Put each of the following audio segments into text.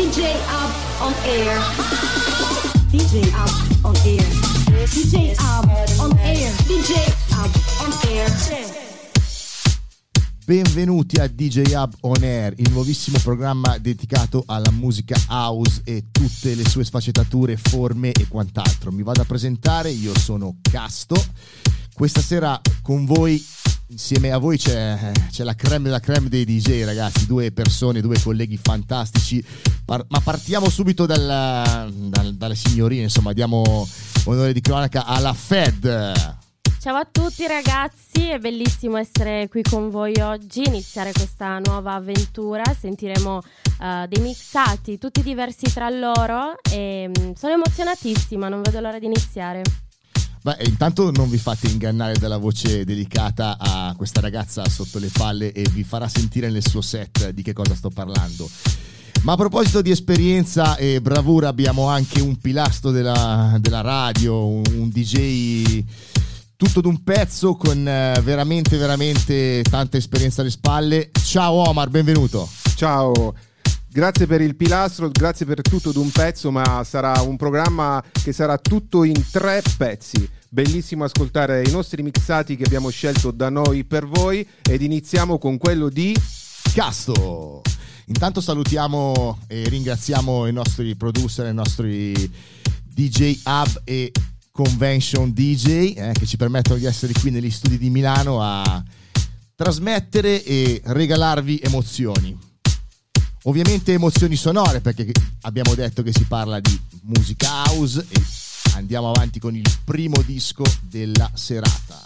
DJ Ab on air. DJ Ab on air. DJ Ab on air. DJ Ab on air. Benvenuti a DJ Hub On Air, il nuovissimo programma dedicato alla musica house e tutte le sue sfaccettature, forme e quant'altro. Mi vado a presentare, io sono Casto. Questa sera con voi, insieme a voi c'è la crème della crème dei DJ, ragazzi, due persone, due colleghi fantastici. Ma partiamo subito dalle signorine, insomma, diamo onore di cronaca alla Fed. Ciao a tutti ragazzi, è bellissimo essere qui con voi oggi, iniziare questa nuova avventura. Sentiremo dei mixati tutti diversi tra loro e sono emozionatissima, non vedo l'ora di iniziare. Beh, intanto non vi fate ingannare dalla voce delicata a questa ragazza sotto le palle e vi farà sentire nel suo set di che cosa sto parlando. Ma a proposito di esperienza e bravura, abbiamo anche un pilastro della radio, un DJ tutto d'un pezzo con veramente tanta esperienza alle spalle. Ciao Omar, benvenuto. Ciao, grazie per il pilastro, grazie per tutto d'un pezzo, ma sarà un programma che sarà tutto in 3 pezzi. Bellissimo ascoltare i nostri mixati che abbiamo scelto da noi per voi ed iniziamo con quello di Casto. Intanto salutiamo e ringraziamo i nostri producer, i nostri DJ Hub e Convention DJ che ci permettono di essere qui negli studi di Milano a trasmettere e regalarvi emozioni. Ovviamente emozioni sonore, perché abbiamo detto che si parla di musica house e andiamo avanti con il primo disco della serata.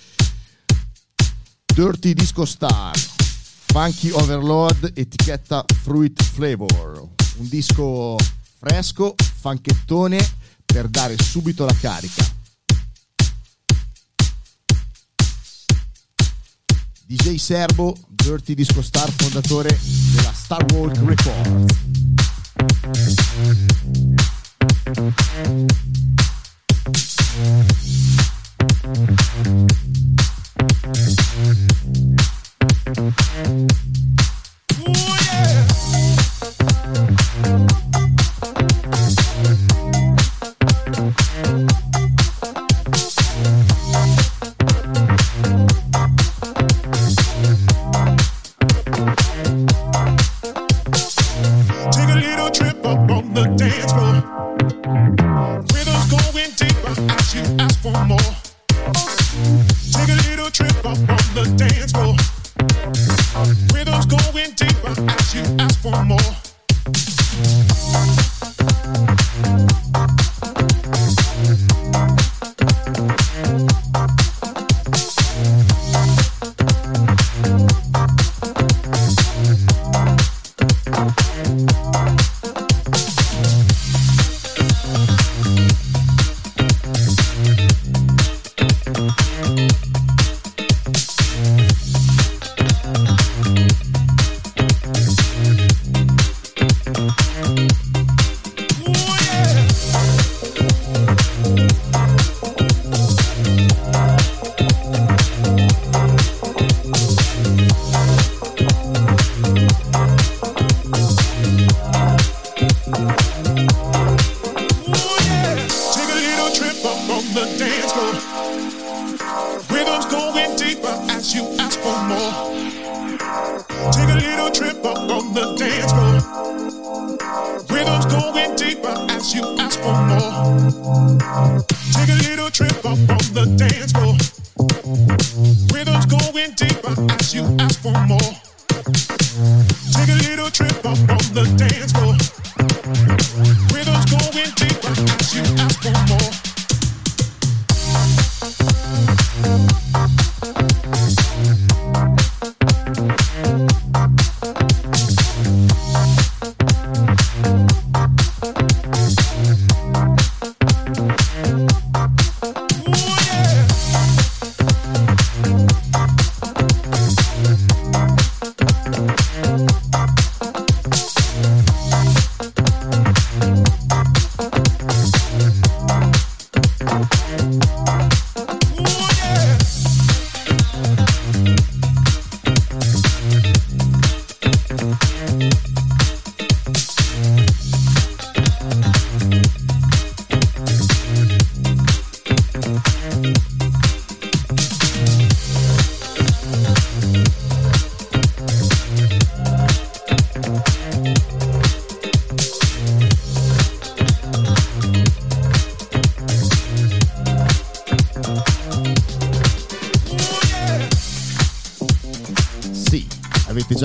Dirty Disco Star, Funky Overload, etichetta Fruit Flavor. Un disco fresco, funkettone, per dare subito la carica. DJ serbo, Dirty Disco Star, fondatore della Starwalk Records.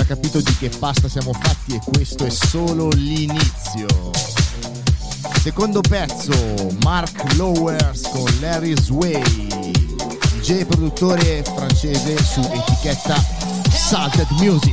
capito di che pasta siamo fatti e questo è solo l'inizio. Secondo pezzo, Mark Lowers con Larry's Way, DJ e produttore francese su etichetta Salted Music.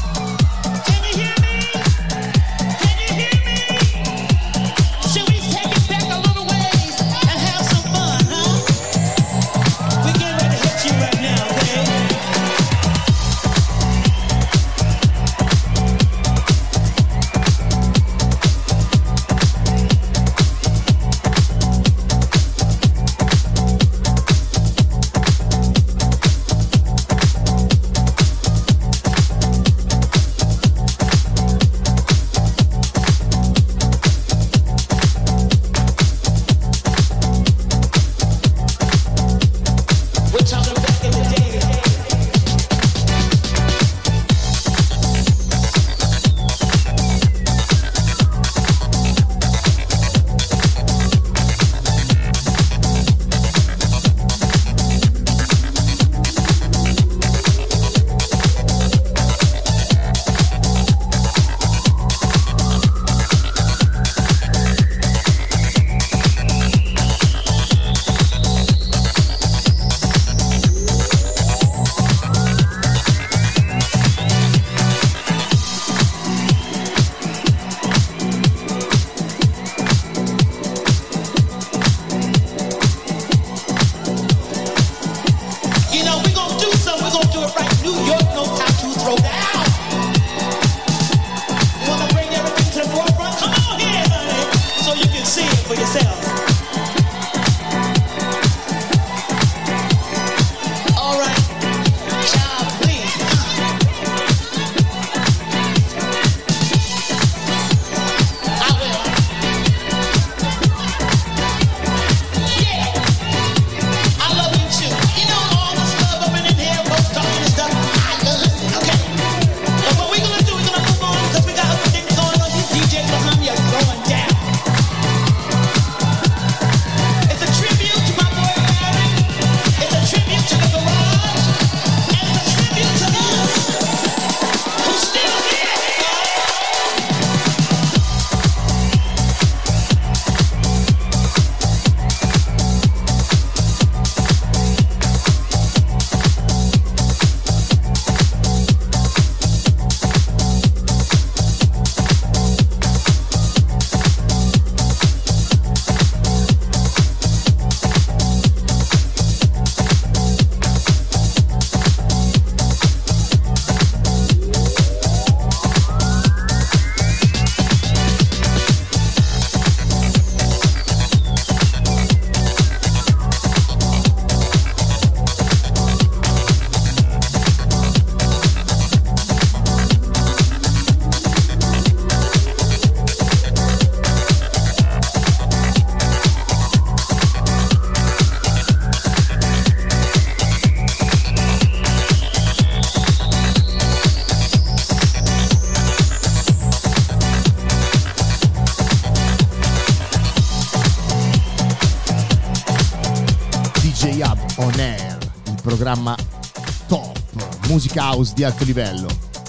Programma top, musica house di alto livello.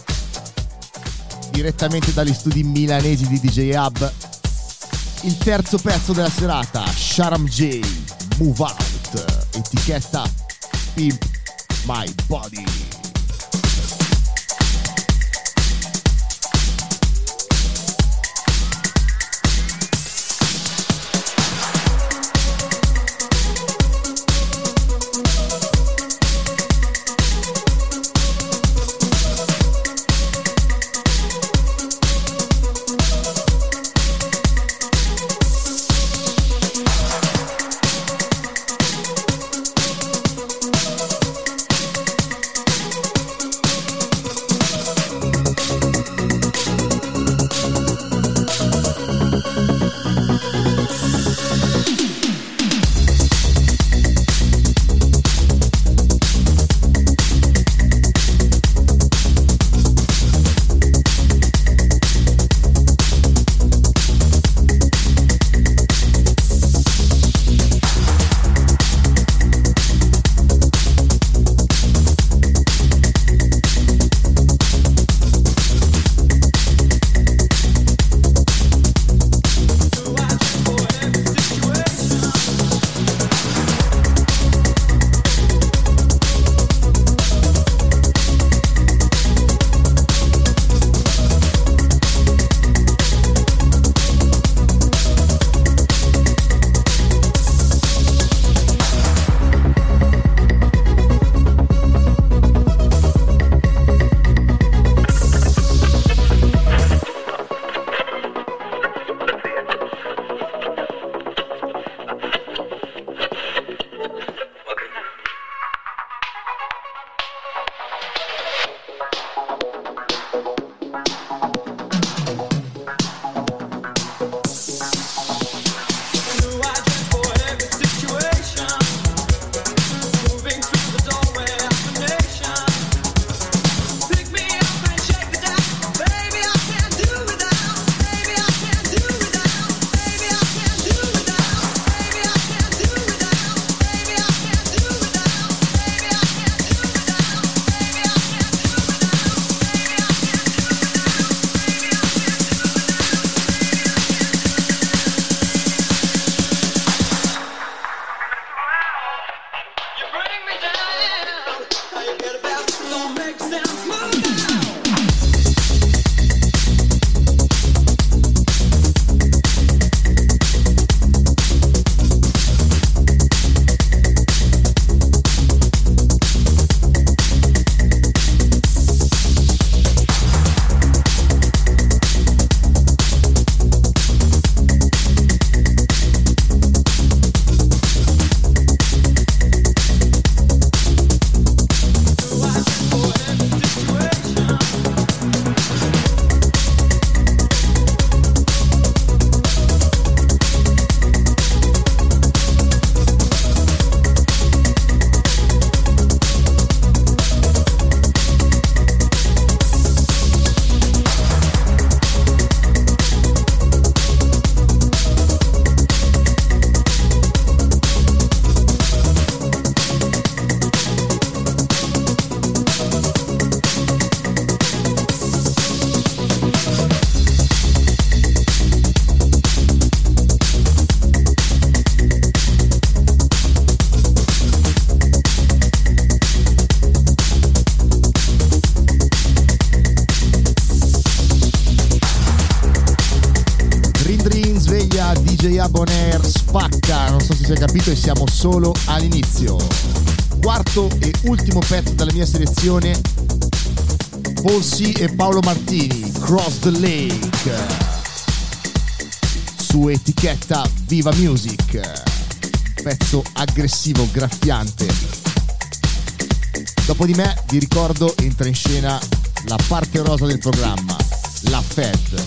Direttamente dagli studi milanesi di DJ Hub, il terzo pezzo della serata, Sharam J, Move Out, etichetta Pimp My Body. ora DJ Hub On Air spacca, non so se si è capito e siamo solo all'inizio. Quarto e ultimo pezzo della mia selezione, Paul C e Paolo Martini, Cross the Lake, su etichetta Viva Music, pezzo aggressivo, graffiante. Dopo di me, vi ricordo, entra in scena la parte rosa del programma, la Fed.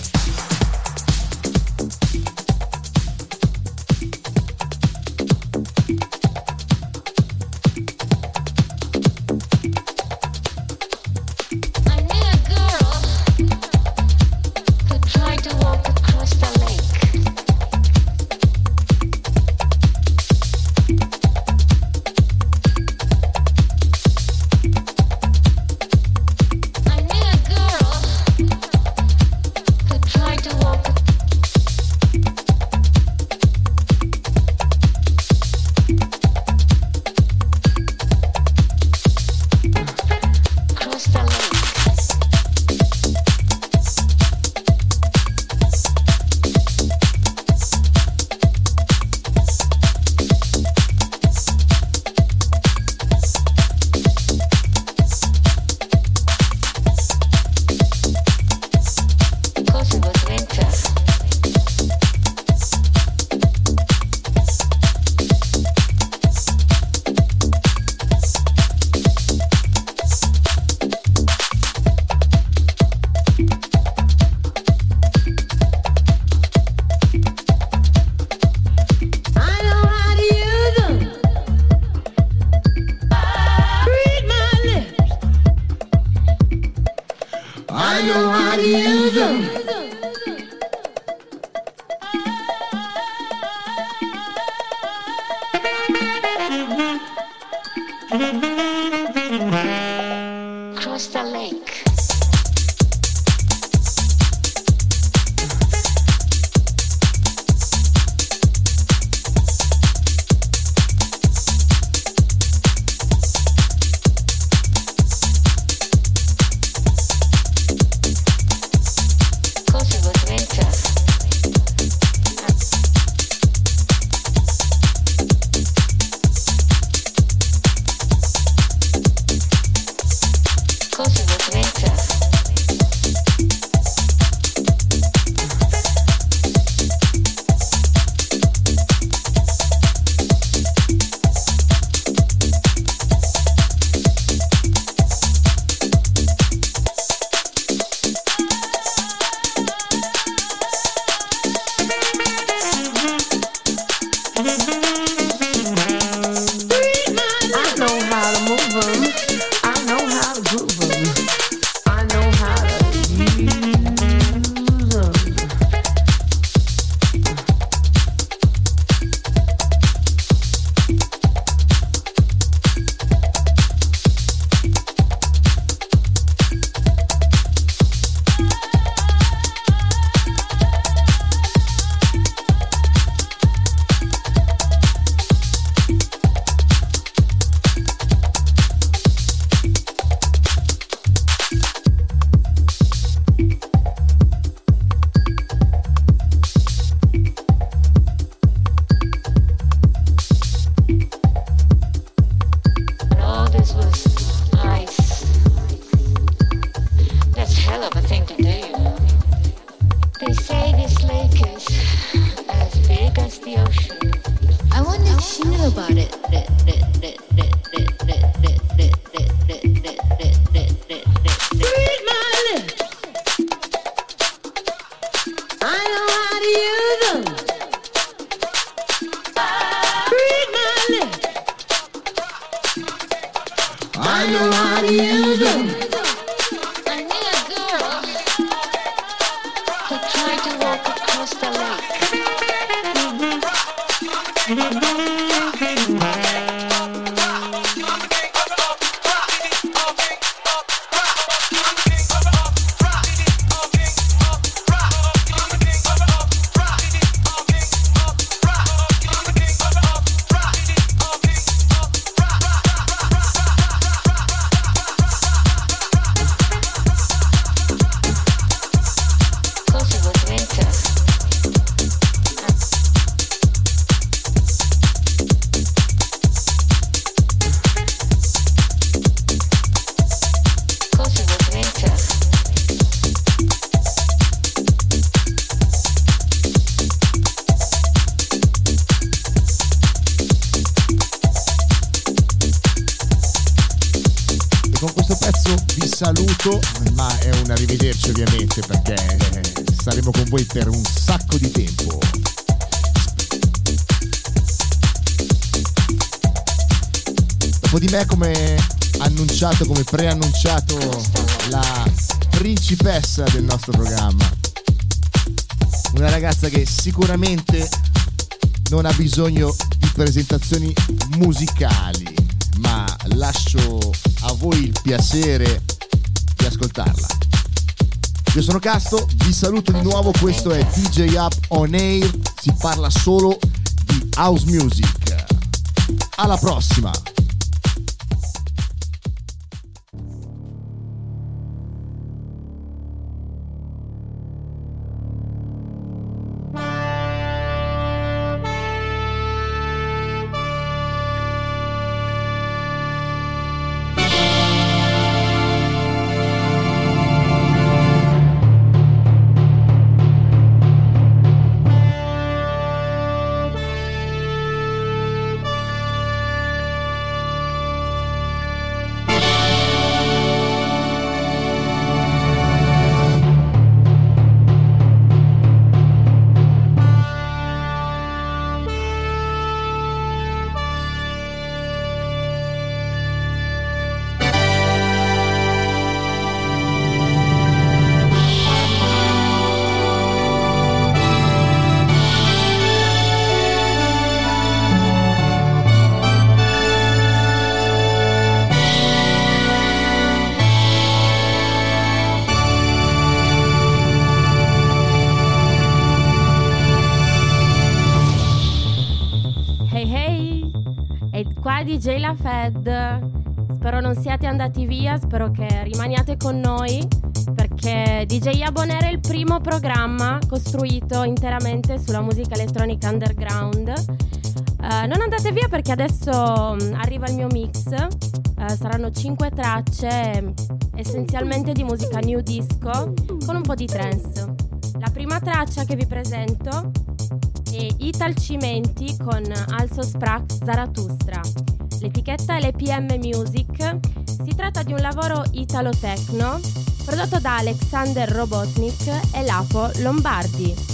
saluto, ma è un arrivederci ovviamente, perché saremo con voi per un sacco di tempo. Dopo di me, come annunciato, come preannunciato, la principessa del nostro programma, una ragazza che sicuramente non ha bisogno di presentazioni musicali, ma lascio a voi il piacere di ascoltarla. Io sono Casto, vi saluto di nuovo, questo è DJ Up On Air, si parla solo di house music. Alla prossima! DJ La Fed, spero non siate andati via, spero che rimaniate con noi, perché DJ Up On Air è il primo programma costruito interamente sulla musica elettronica underground. Non andate via, perché adesso arriva il mio mix, saranno 5 tracce essenzialmente di musica new disco con un po' di trance. La prima traccia che vi presento è Ital Cimenti con Also Sprach Zarathustra. L'etichetta è l'EPM Music. Si tratta di un lavoro italo-techno prodotto da Alexander Robotnik e Lapo Lombardi.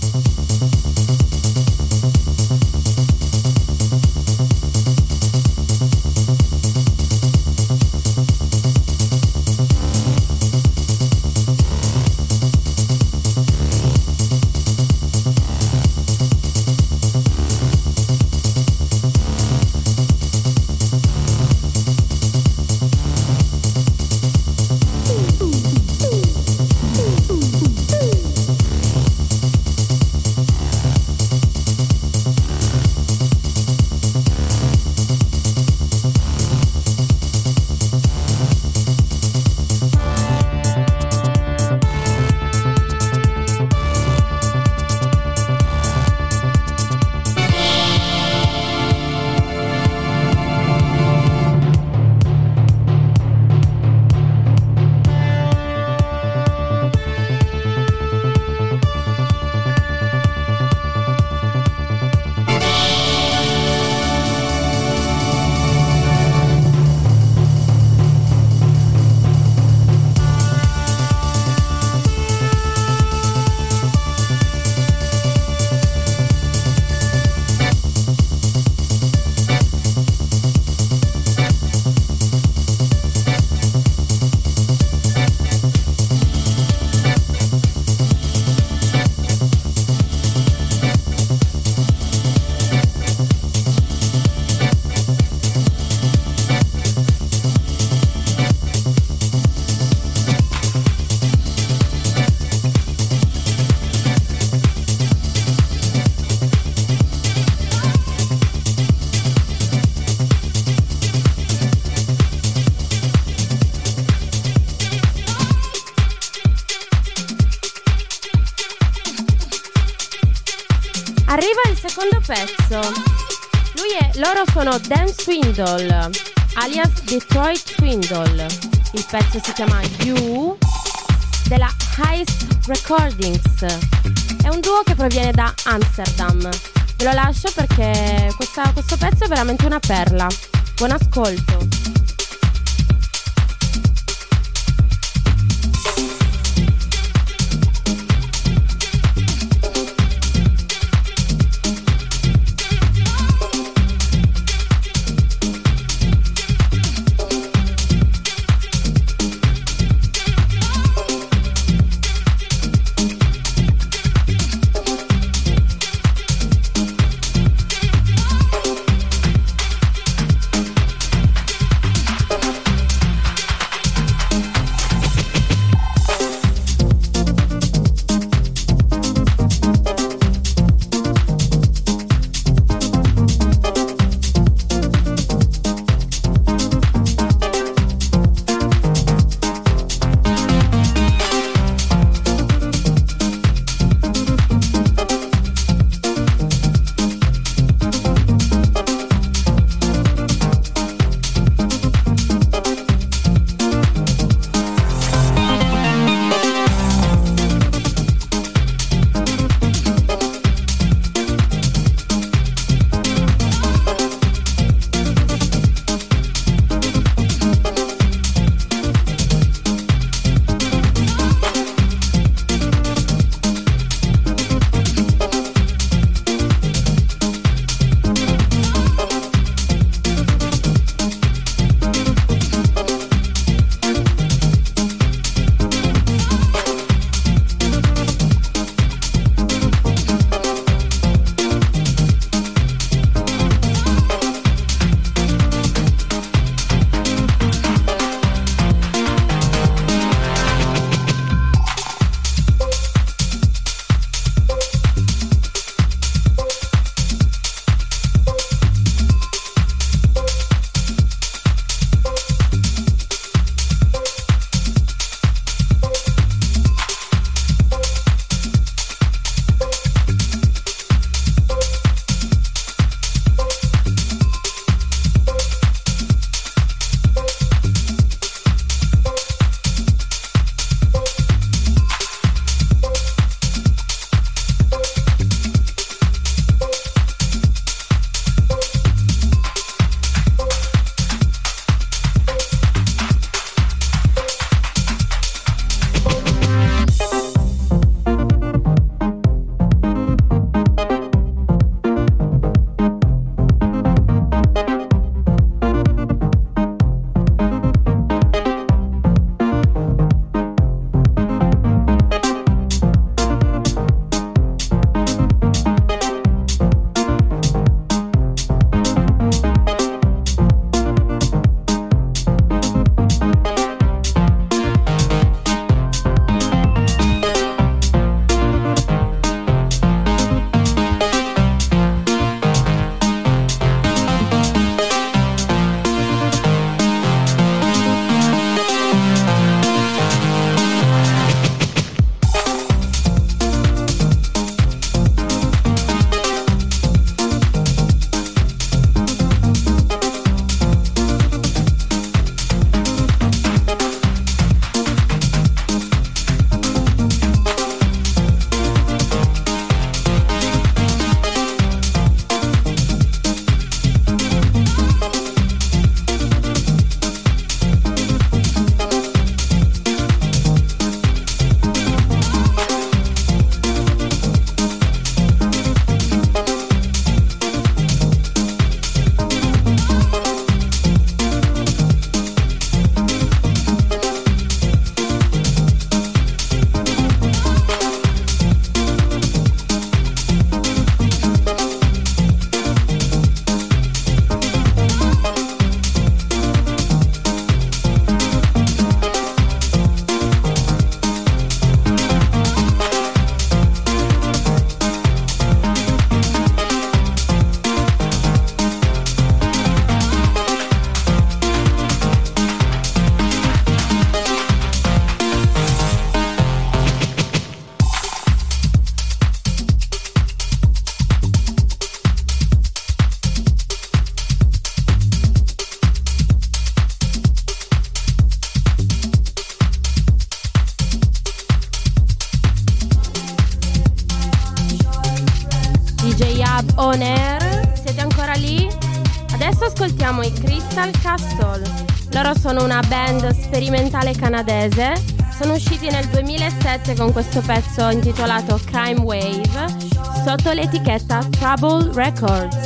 Arriva il secondo pezzo. Loro sono Dan Swindle, alias Detroit Swindle. Il pezzo si chiama You, della Heist Recordings. È un duo che proviene da Amsterdam. Ve lo lascio perché questo pezzo è veramente una perla. Buon ascolto. Hub On Air. Siete ancora lì? Adesso ascoltiamo i Crystal Castle. Loro sono una band sperimentale canadese. Sono usciti nel 2007 con questo pezzo intitolato Crime Wave sotto l'etichetta Trouble Records.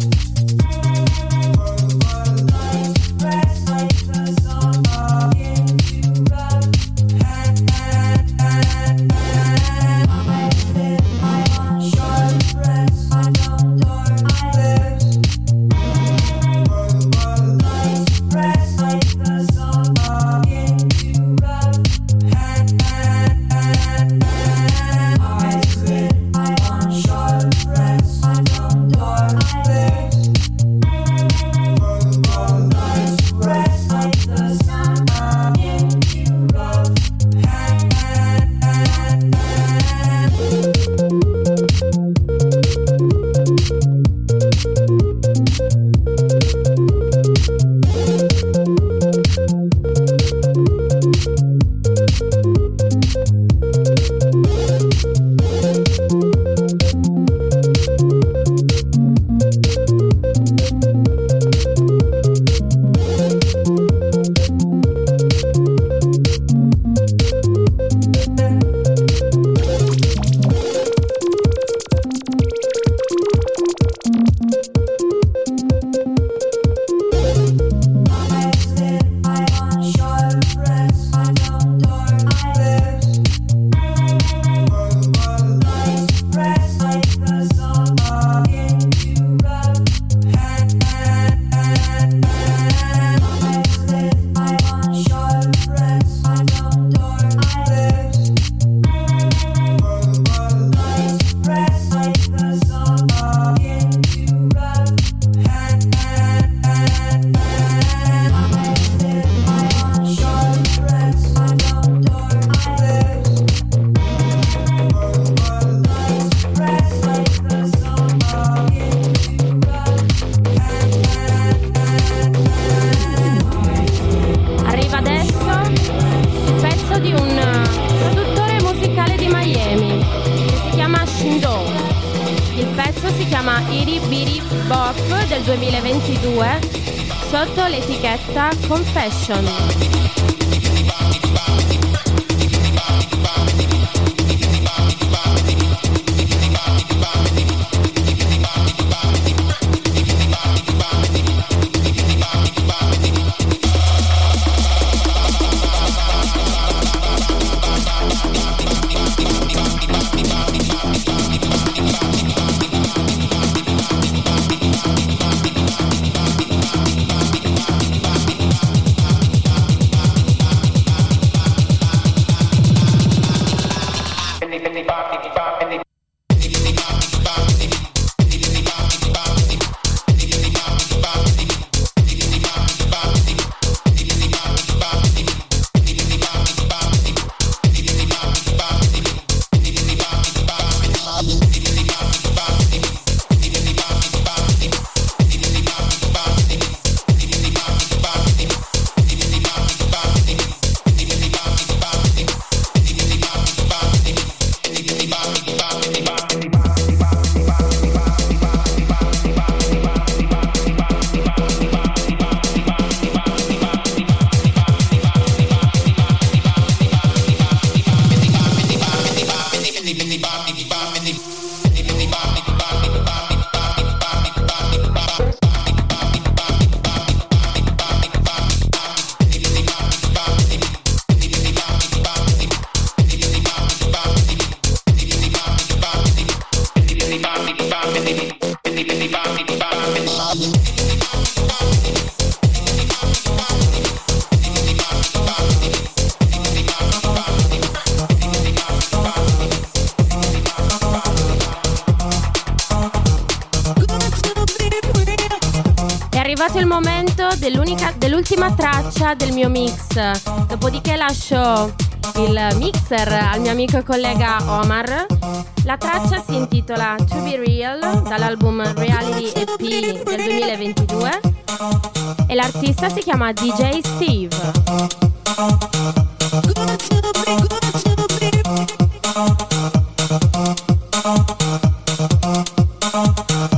Del 2022 sotto l'etichetta Confession. arrivato il momento dell'ultima traccia del mio mix. Dopodiché lascio il mixer al mio amico e collega Omar. La traccia si intitola To Be Real dall'album Reality EP del 2022 e l'artista si chiama DJ Steve.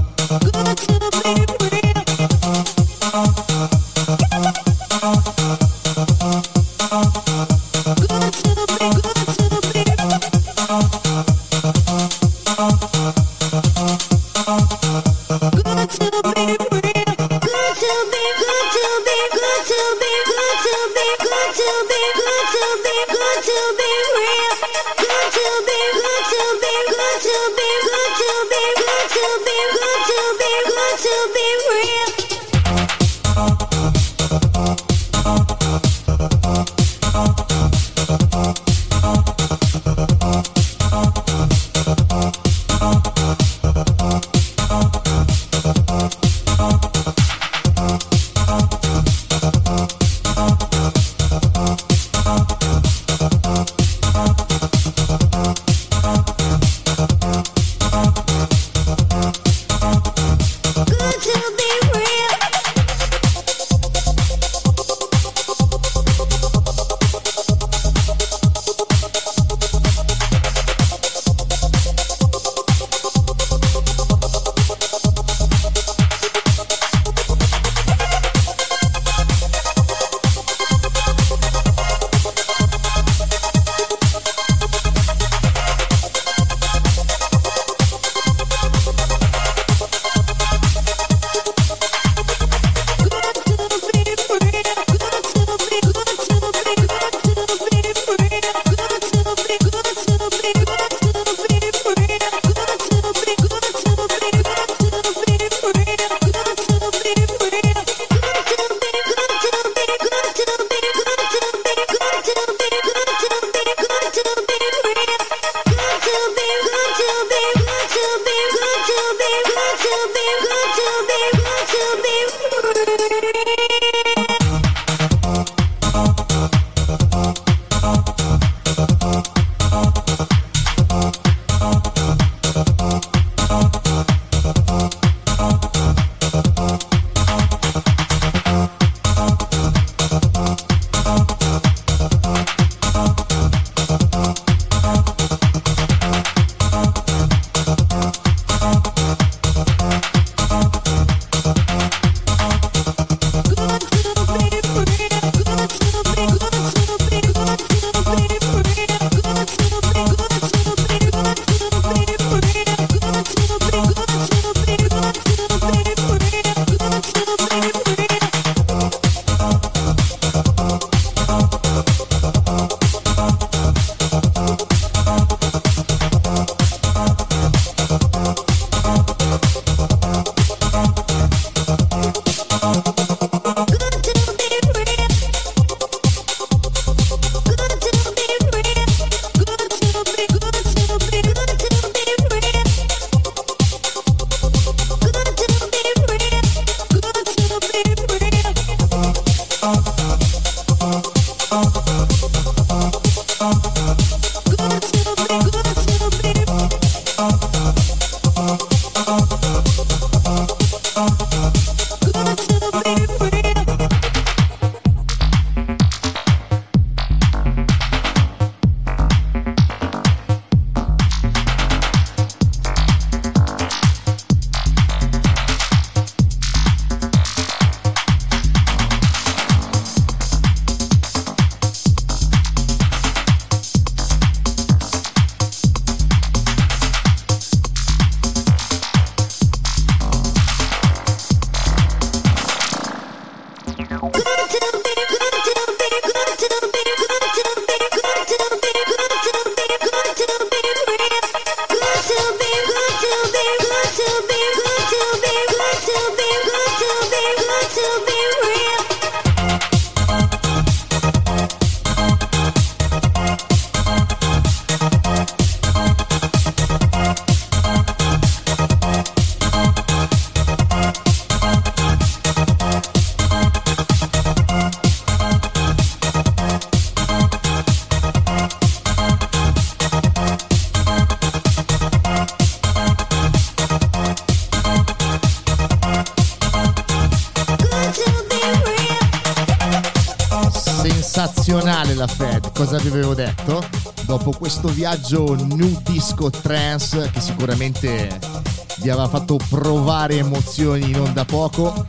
Sensazionale la Fed, cosa vi avevo detto? Dopo questo viaggio new disco trance che sicuramente vi aveva fatto provare emozioni non da poco,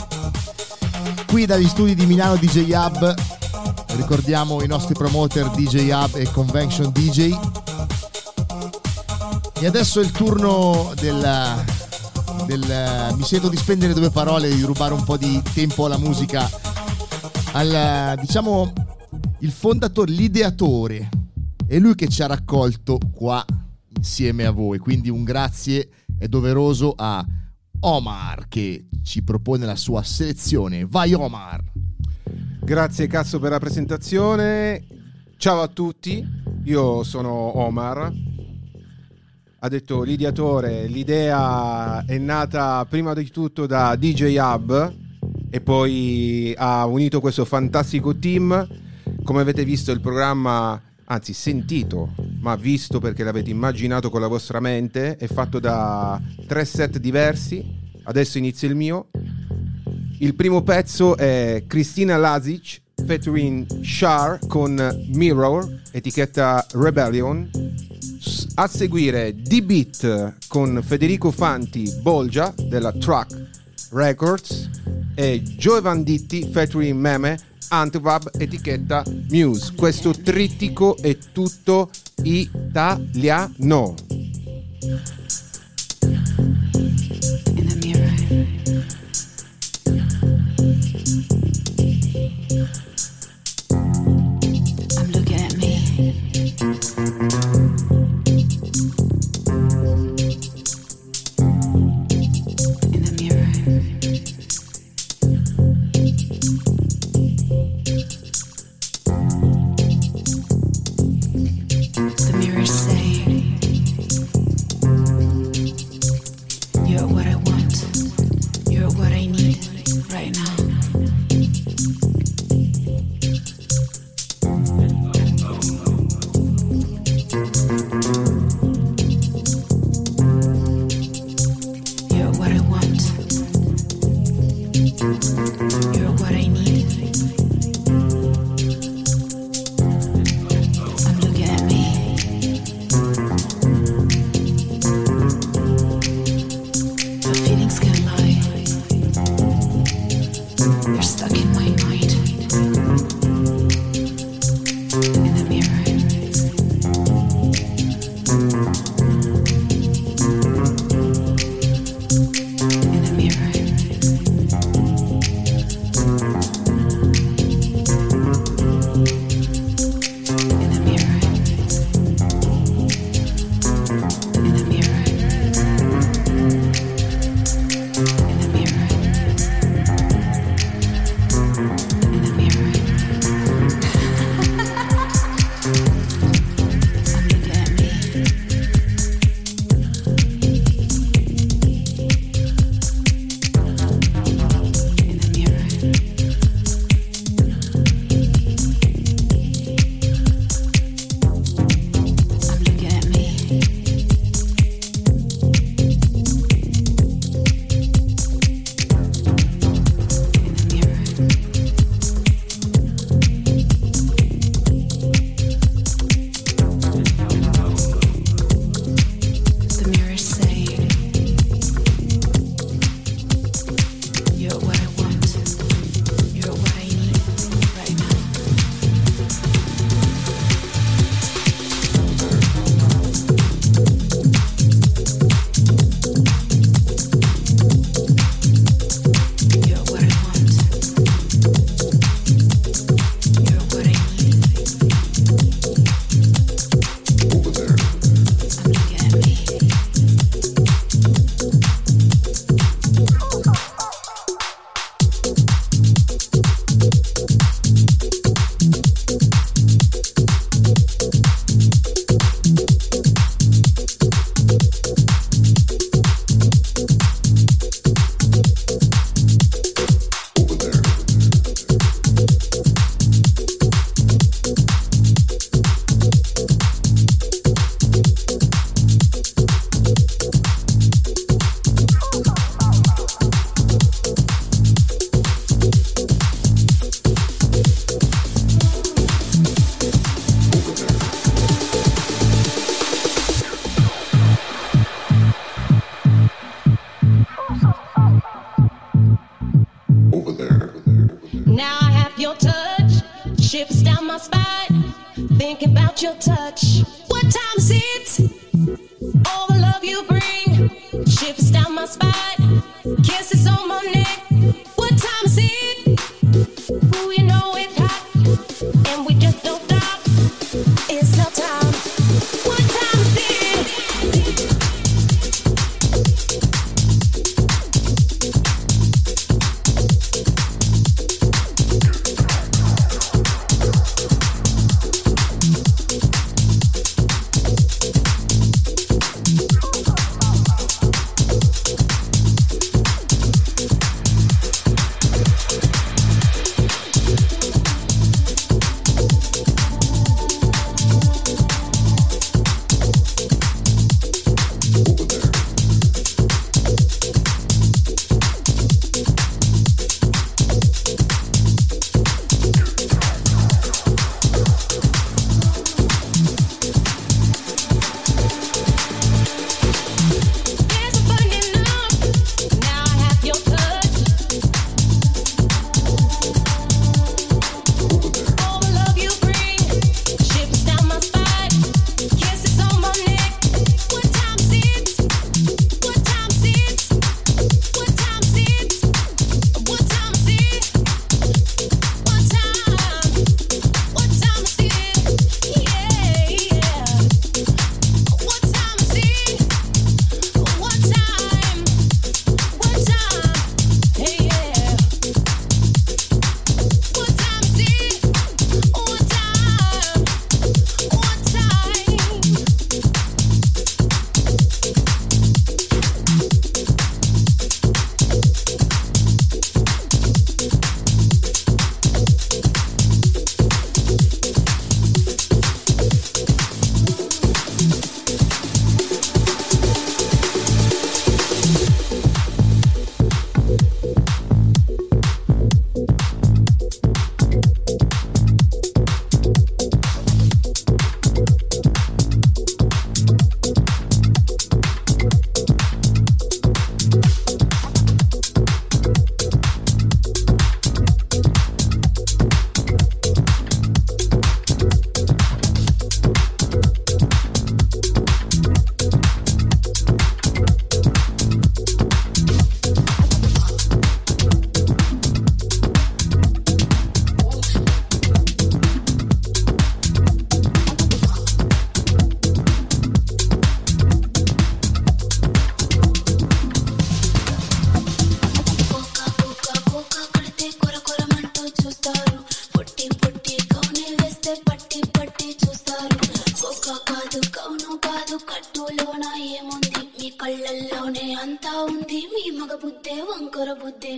qui dagli studi di Milano DJ Hub, ricordiamo i nostri promoter DJ Hub e Convention DJ. E adesso è il turno mi sento di spendere due parole, di rubare un po' di tempo alla musica al, diciamo, il fondatore, l'ideatore, è lui che ci ha raccolto qua insieme a voi, quindi un grazie è doveroso a Omar che ci propone la sua selezione. Vai Omar! Grazie cazzo per la presentazione. Ciao a tutti, io sono Omar. Ha detto l'ideatore, l'idea è nata prima di tutto da DJ Hub e poi ha unito questo fantastico team. Come avete visto il programma, anzi sentito, ma visto perché l'avete immaginato con la vostra mente, è fatto da 3 set diversi. Adesso inizia il mio. Il primo pezzo è Cristina Lazic featuring Shar con Mirror, etichetta Rebellion. A seguire D-Beat con Federico Fanti, Bolgia della Truck Records, e Joe Vanditti featuring Meme, Antivab, etichetta Muse. Questo trittico è tutto italiano. In the mirror. I'm looking at me. In the mirror. The mirror saying, you're what I want, you're what I need right now. You're what I want. You're what I need. I'm looking at me. The feelings can't lie. They're stuck in my mind. In the mirror. In the mirror. In the mirror. In the mirror. In the mirror. In the mirror. I'm looking at me. In the mirror. I'm looking at me. In the mirror. The mirror saying, you're what I want, you're what I need right now. You're what I want, you're what I need. I'm looking at me. Now I have your touch, shivers down my spine. Thinking about your touch. What time is it? All the love you bring, shivers down my spine. Kisses on my neck. What time is it? Ooh, you know it's hot, and we just don't stop. It's no time. What time is it? మీ కళ్ళల్లోనే అంతా ఉంది మీ మగ బుద్ధే వంకర బుద్ధి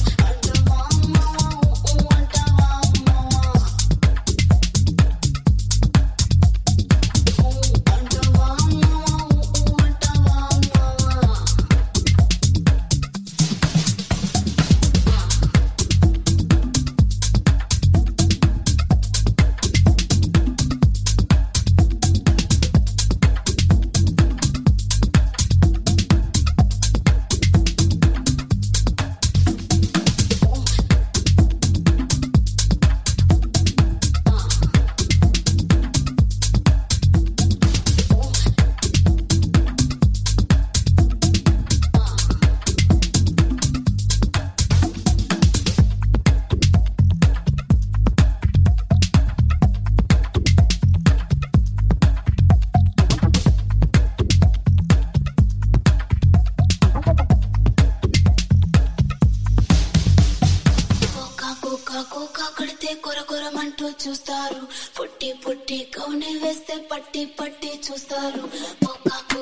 చూస్తారు పుట్టి పుట్టి కౌనే వేస్తే పట్టి పట్టి చూస్తారు పుట్టి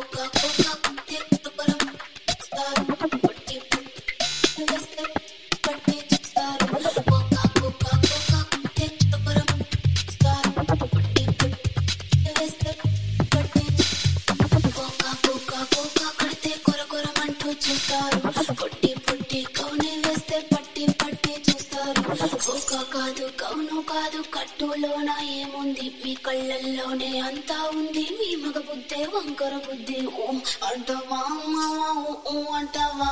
పుట్టి వేస్తే పట్టి చూస్తారు పుట్టి పుట్టి వేస్తే పట్టి కడితే కొరకొరమంటూ చూస్తారు పుట్టి పుట్టి కౌనే వేస్తే పట్టి పట్టి చూస్తారు కాదు కౌను కాదు కట్టులోన ఏముంది మీ కళ్ళల్లోనే అంతా ఉంది మీ మగ బుద్ధే వంకర బుద్ధి అంటవా అంటవా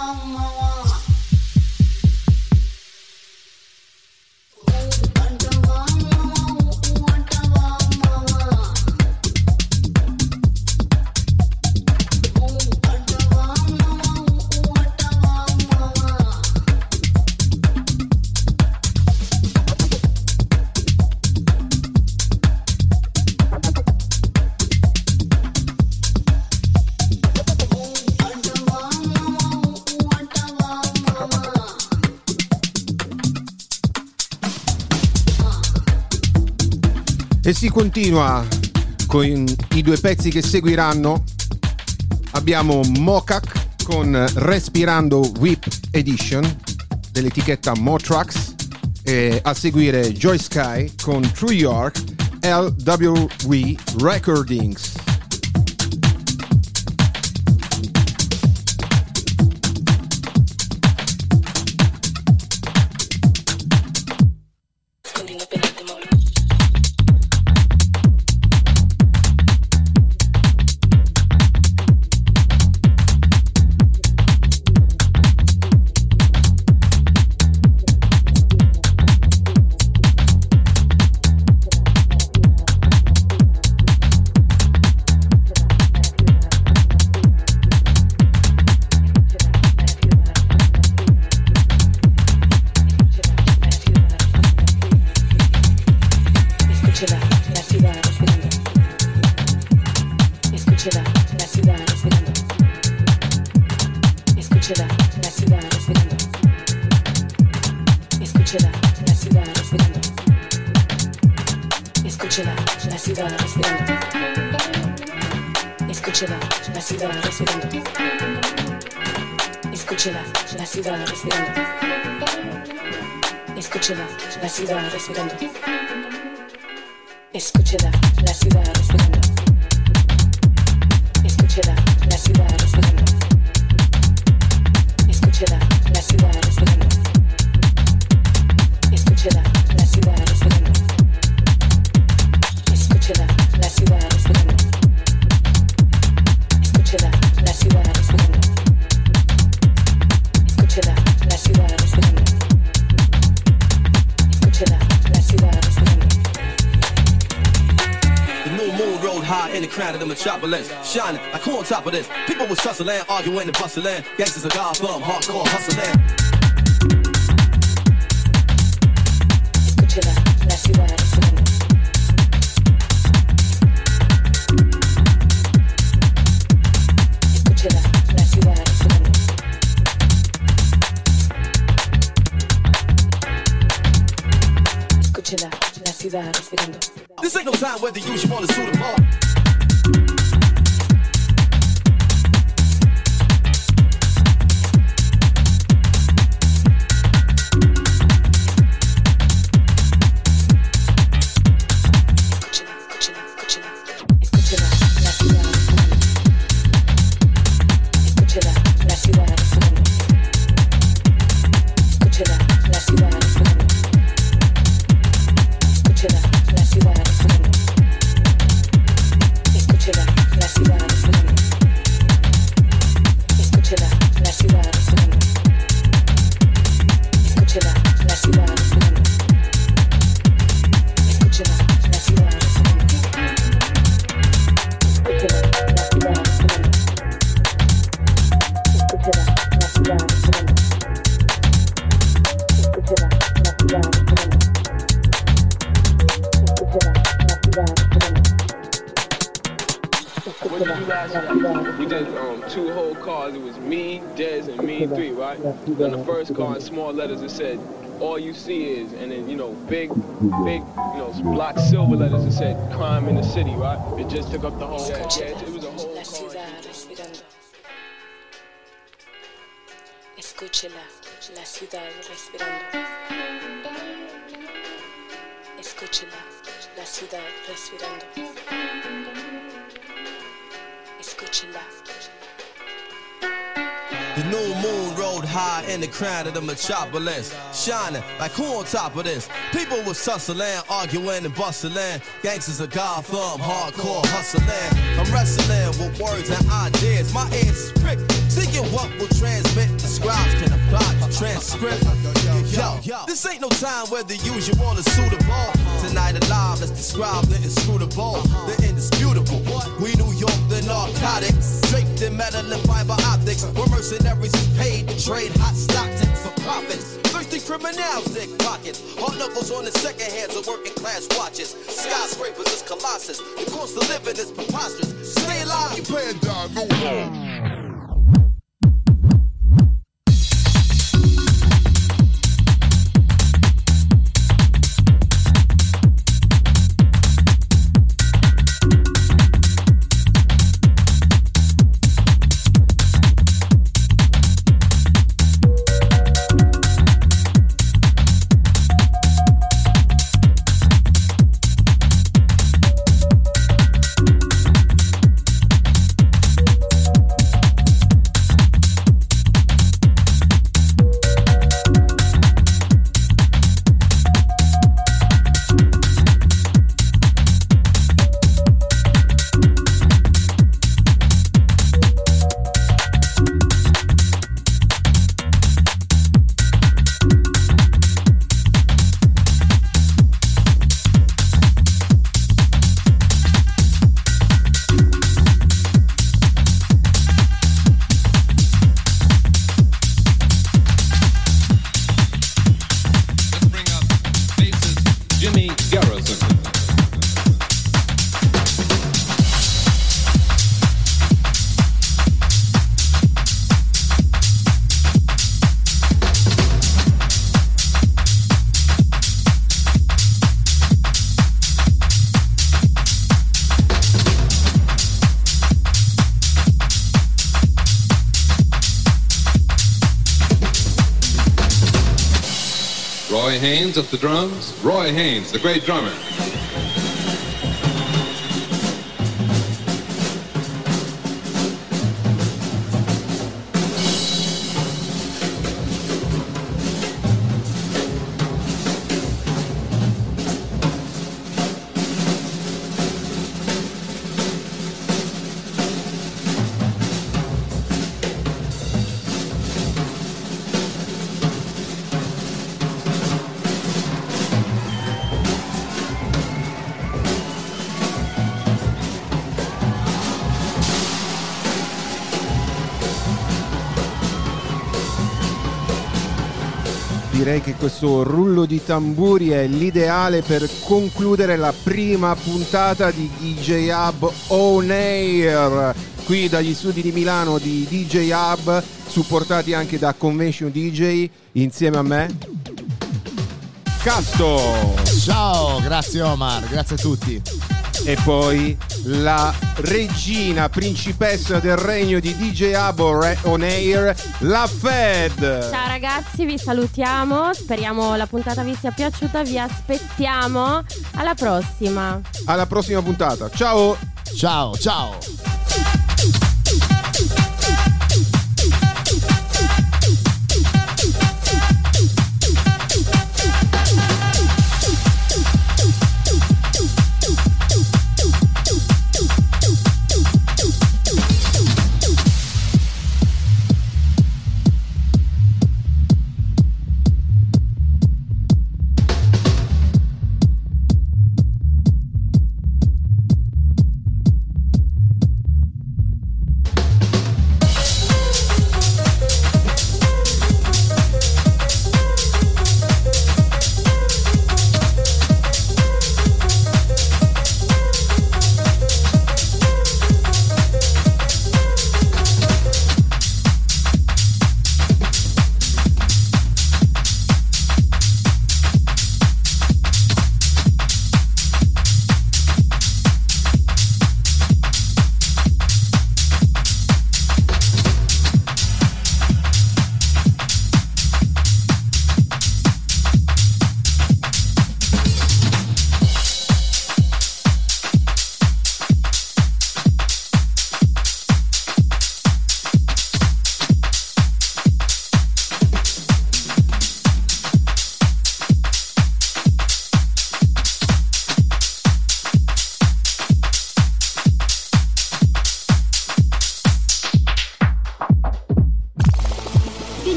E si continua con i due pezzi che seguiranno. Abbiamo Mokak con Respirando Whip Edition dell'etichetta Motrax e a seguire Joy Sky con True York LWW Recordings. Shining like who on top of this? People was hustling, arguing and bustling. Gangsters of Gotham, hardcore hustling. Escúchela, la ciudad respirando. Escúchela, la ciudad respirando. Escúchela, la ciudad respirando. This ain't no time whether you should want to suit them all. What did you last night? We did 2 whole cars. It was me, Dez, and me 3, right? On the first car, in small letters, it said, "All you see is," and then, big, block silver letters, it said, "Crime in the city," right? It just took up the whole, it was a whole La car. ciudad respirando. Escúchela, la ciudad respirando. Escúchela, la ciudad respirando. Escúchela. The new moon rode high in the crown of the metropolis, shining like who on top of this? People was tussling, arguing and bustling. Gangsters of Gotham, hardcore hustling. I'm wrestling with words and ideas. My ears is pricked, seeking what will transmit. The scribes can apply the transcript. Yo, this ain't no time where the usual is suitable. Tonight alive, let's describe the inscrutable, the indisputable. We New York, the narcotics, draped in metal and fiber optics. We're mercenaries is paid to trade hot stock tips for profits. Thirsty criminals, dick pockets. Hard knuckles on the second hands of working class watches. Skyscrapers is colossus. The cost of living is preposterous. Stay alive, you paying down no more. Roy Haynes at the drums. Roy Haynes, the great drummer. Direi che questo rullo di tamburi è l'ideale per concludere la prima puntata di DJ Hub On Air, qui dagli studi di Milano di DJ Hub, supportati anche da Convention DJ, insieme a me Casto. Ciao, grazie Omar, grazie a tutti. E poi la regina principessa del regno di DJ Hub On Air, la Fed. Ciao ragazzi, vi salutiamo, speriamo la puntata vi sia piaciuta, vi aspettiamo alla prossima puntata. Ciao. Ciao.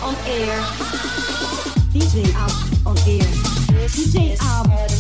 on air. DJ Ab on air. DJ Ab